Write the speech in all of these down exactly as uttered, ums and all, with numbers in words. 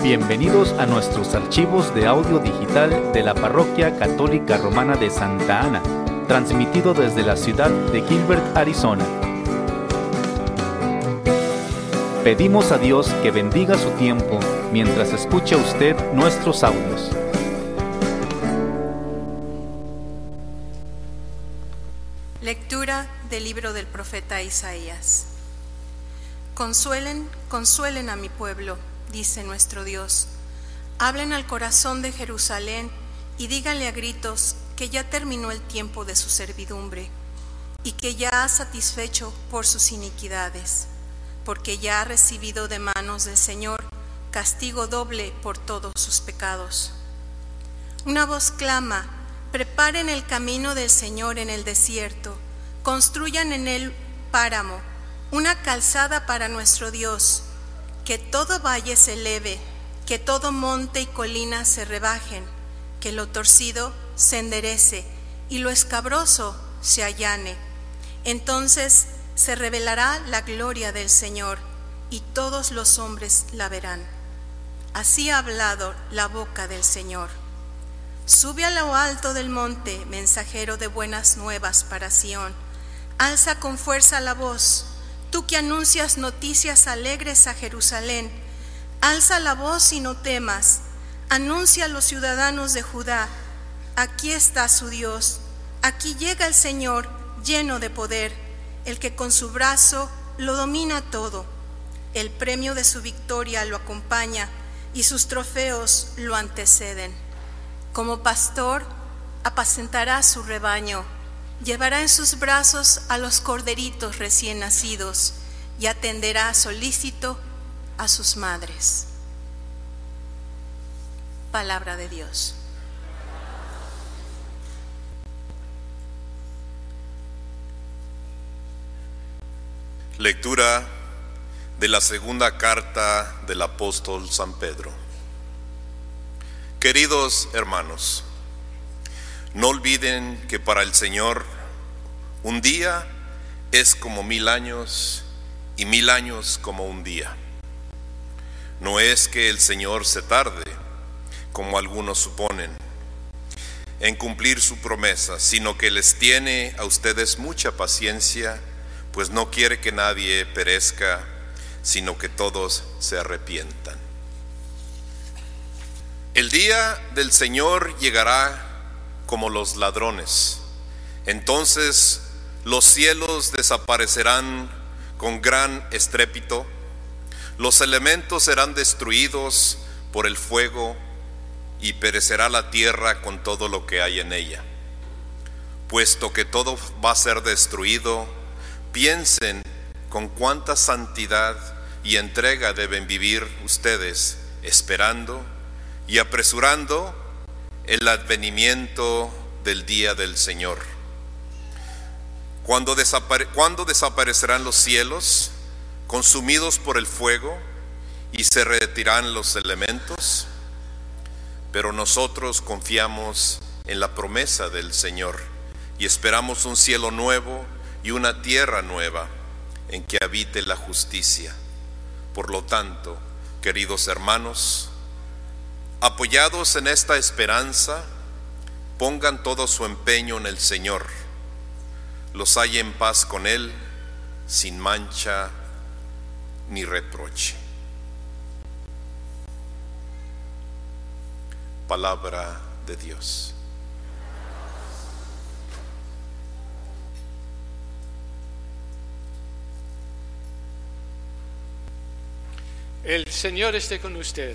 Bienvenidos a nuestros archivos de audio digital de la Parroquia Católica Romana de Santa Ana, transmitido desde la ciudad de Gilbert, Arizona. Pedimos a Dios que bendiga su tiempo mientras escucha usted nuestros audios. Lectura del libro del profeta Isaías. Consuelen, consuelen a mi pueblo, dice nuestro Dios. Hablen al corazón de Jerusalén y díganle a gritos que ya terminó el tiempo de su servidumbre y que ya ha satisfecho por sus iniquidades, porque ya ha recibido de manos del Señor castigo doble por todos sus pecados. Una voz clama: preparen el camino del Señor en el desierto, construyan en él páramo, una calzada para nuestro Dios. Que todo valle se eleve, que todo monte y colina se rebajen, que lo torcido se enderece y lo escabroso se allane. Entonces se revelará la gloria del Señor y todos los hombres la verán. Así ha hablado la boca del Señor. Sube a lo alto del monte, mensajero de buenas nuevas para Sión. Alza con fuerza la voz, tú que anuncias noticias alegres a Jerusalén. Alza la voz y no temas. Anuncia a los ciudadanos de Judá: aquí está su Dios. Aquí llega el Señor lleno de poder, el que con su brazo lo domina todo. El premio de su victoria lo acompaña y sus trofeos lo anteceden. Como pastor, apacentará su rebaño, llevará en sus brazos a los corderitos recién nacidos y atenderá solícito a sus madres. Palabra de Dios. Lectura de la segunda carta del apóstol San Pedro. Queridos hermanos, no olviden que para el Señor un día es como mil años y mil años como un día. No es que el Señor se tarde, como algunos suponen, en cumplir su promesa, sino que les tiene a ustedes mucha paciencia, pues no quiere que nadie perezca, sino que todos se arrepientan. El día del Señor llegará como los ladrones. Entonces los cielos desaparecerán con gran estrépito, los elementos serán destruidos por el fuego y perecerá la tierra con todo lo que hay en ella. Puesto que todo va a ser destruido, piensen con cuánta santidad y entrega deben vivir ustedes, esperando y apresurando el advenimiento del día del Señor. Cuando, desapare- cuando desaparecerán los cielos, consumidos por el fuego, y se retirarán los elementos. Pero nosotros confiamos en la promesa del Señor y esperamos un cielo nuevo y una tierra nueva en que habite la justicia. Por lo tanto, queridos hermanos, apoyados en esta esperanza, pongan todo su empeño en el Señor. Los halla en paz con Él, sin mancha ni reproche. Palabra de Dios. El Señor esté con ustedes.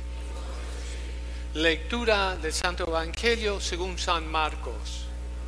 Lectura del Santo Evangelio según San Marcos.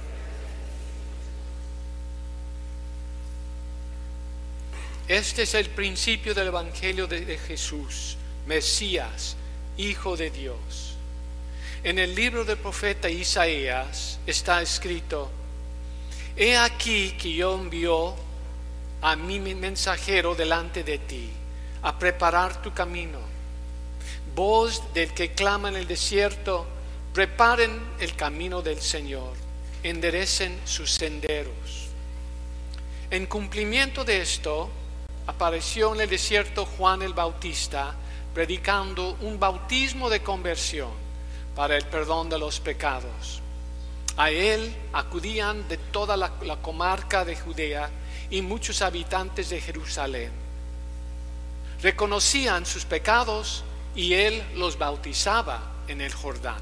Este es el principio del Evangelio de, de Jesús, Mesías, Hijo de Dios. En el libro del profeta Isaías está escrito: He aquí que yo envío a mi mensajero delante de ti, a preparar tu camino. Voz del que clama en el desierto: preparen el camino del Señor, enderecen sus senderos. En cumplimiento de esto, apareció en el desierto Juan el Bautista, predicando un bautismo de conversión para el perdón de los pecados. A él acudían de toda la, la comarca de Judea y muchos habitantes de Jerusalén. Reconocían sus pecados y él los bautizaba en el Jordán.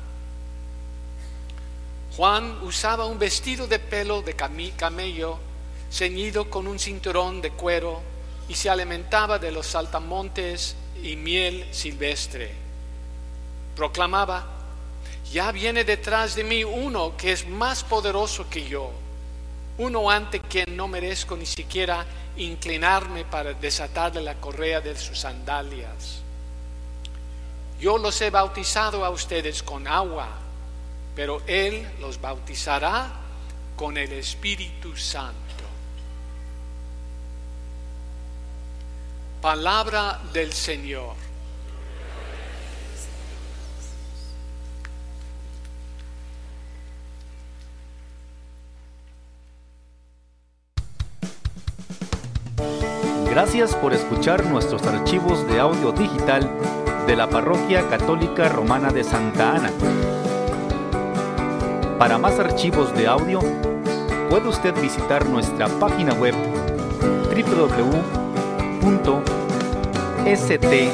Juan usaba un vestido de pelo de camello ceñido con un cinturón de cuero y se alimentaba de los saltamontes y miel silvestre. Proclamaba: ya viene detrás de mí uno que es más poderoso que yo, uno ante quien no merezco ni siquiera inclinarme para desatarle la correa de sus sandalias. Yo los he bautizado a ustedes con agua, pero él los bautizará con el Espíritu Santo. Palabra del Señor. Gracias por escuchar nuestros archivos de audio digital de la Parroquia Católica Romana de Santa Ana. Para más archivos de audio, puede usted visitar nuestra página web doble u doble u doble u punto estaneaz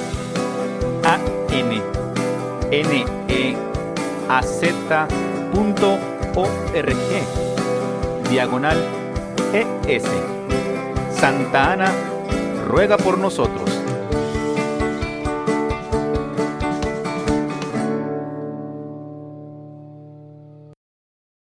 punto org diagonal es. Santa Ana ruega por nosotros.